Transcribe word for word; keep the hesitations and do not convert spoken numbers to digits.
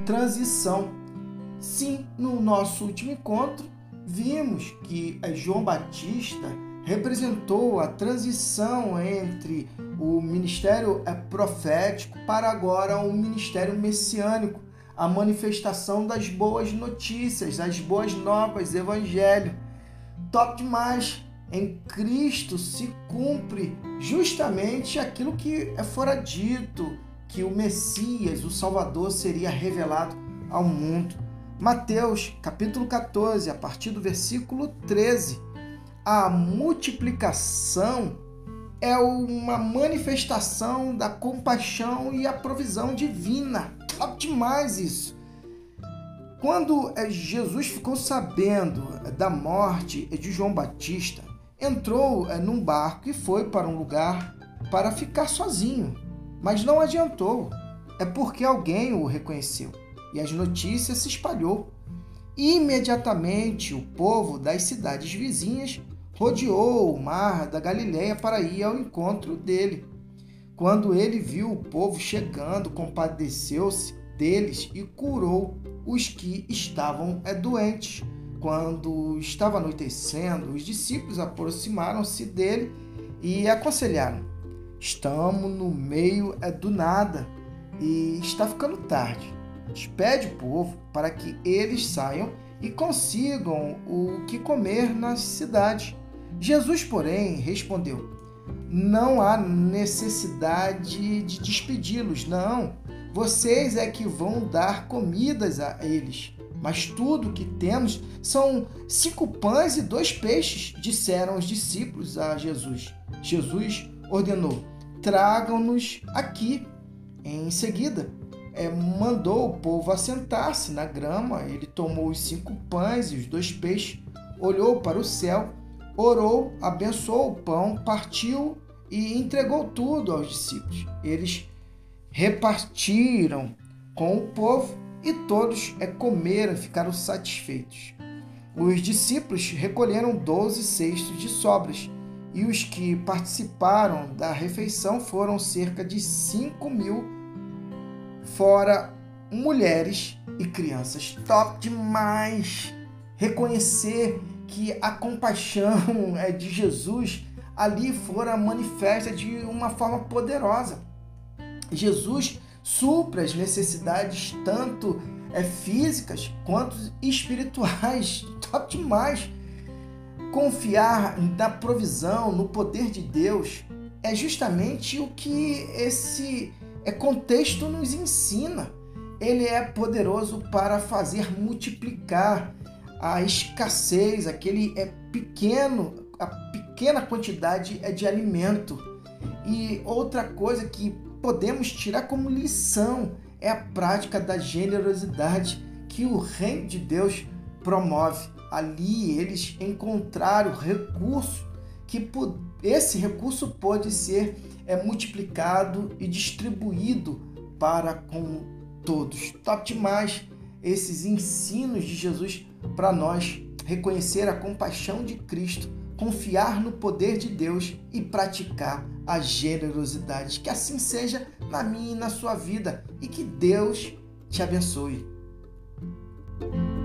transição. Sim, no nosso último encontro, vimos que João Batista representou a transição entre o ministério profético para agora o ministério messiânico, a manifestação das boas notícias, das boas novas, evangelho. Top demais! Em Cristo se cumpre justamente aquilo que fora dito, que o Messias, o Salvador, seria revelado ao mundo. Mateus, capítulo catorze, a partir do versículo treze. A multiplicação é uma manifestação da compaixão e a provisão divina. Top demais isso! Quando Jesus ficou sabendo da morte de João Batista, entrou num barco e foi para um lugar para ficar sozinho. Mas não adiantou, é porque alguém o reconheceu e as notícias se espalhou. Imediatamente o povo das cidades vizinhas rodeou o mar da Galileia para ir ao encontro dele. Quando ele viu o povo chegando, compadeceu-se deles e curou os que estavam doentes. Quando estava anoitecendo, os discípulos aproximaram-se dele e aconselharam: estamos no meio do nada e está ficando tarde. Despede o povo para que eles saiam e consigam o que comer na cidade. Jesus, porém, respondeu: não há necessidade de despedi-los, não. Vocês é que vão dar comidas a eles. Mas tudo que temos são cinco pães e dois peixes, disseram os discípulos a Jesus. Jesus ordenou: tragam-nos aqui. Em seguida, é, mandou o povo assentar-se na grama. Ele tomou os cinco pães e os dois peixes, olhou para o céu, orou, abençoou o pão, partiu e entregou tudo aos discípulos. Eles repartiram com o povo e todos é, comeram e ficaram satisfeitos. Os discípulos recolheram doze cestos de sobras e os que participaram da refeição foram cerca de cinco mil, fora mulheres e crianças. Top demais! Reconhecer que a compaixão é, de Jesus ali fora manifesta de uma forma poderosa. Jesus supra as necessidades tanto é, físicas quanto espirituais. Top demais! Confiar na provisão, no poder de Deus, é justamente o que esse é, contexto nos ensina. Ele é poderoso para fazer multiplicar a escassez, aquele é pequeno, a pequena quantidade é de alimento. E outra coisa que podemos tirar como lição é a prática da generosidade que o reino de Deus promove. Ali eles encontraram recurso, que esse recurso pode ser é, multiplicado e distribuído para com todos. Top demais esses ensinos de Jesus para nós reconhecer a compaixão de Cristo, confiar no poder de Deus e praticar a generosidade. Que assim seja na minha e na sua vida e que Deus te abençoe.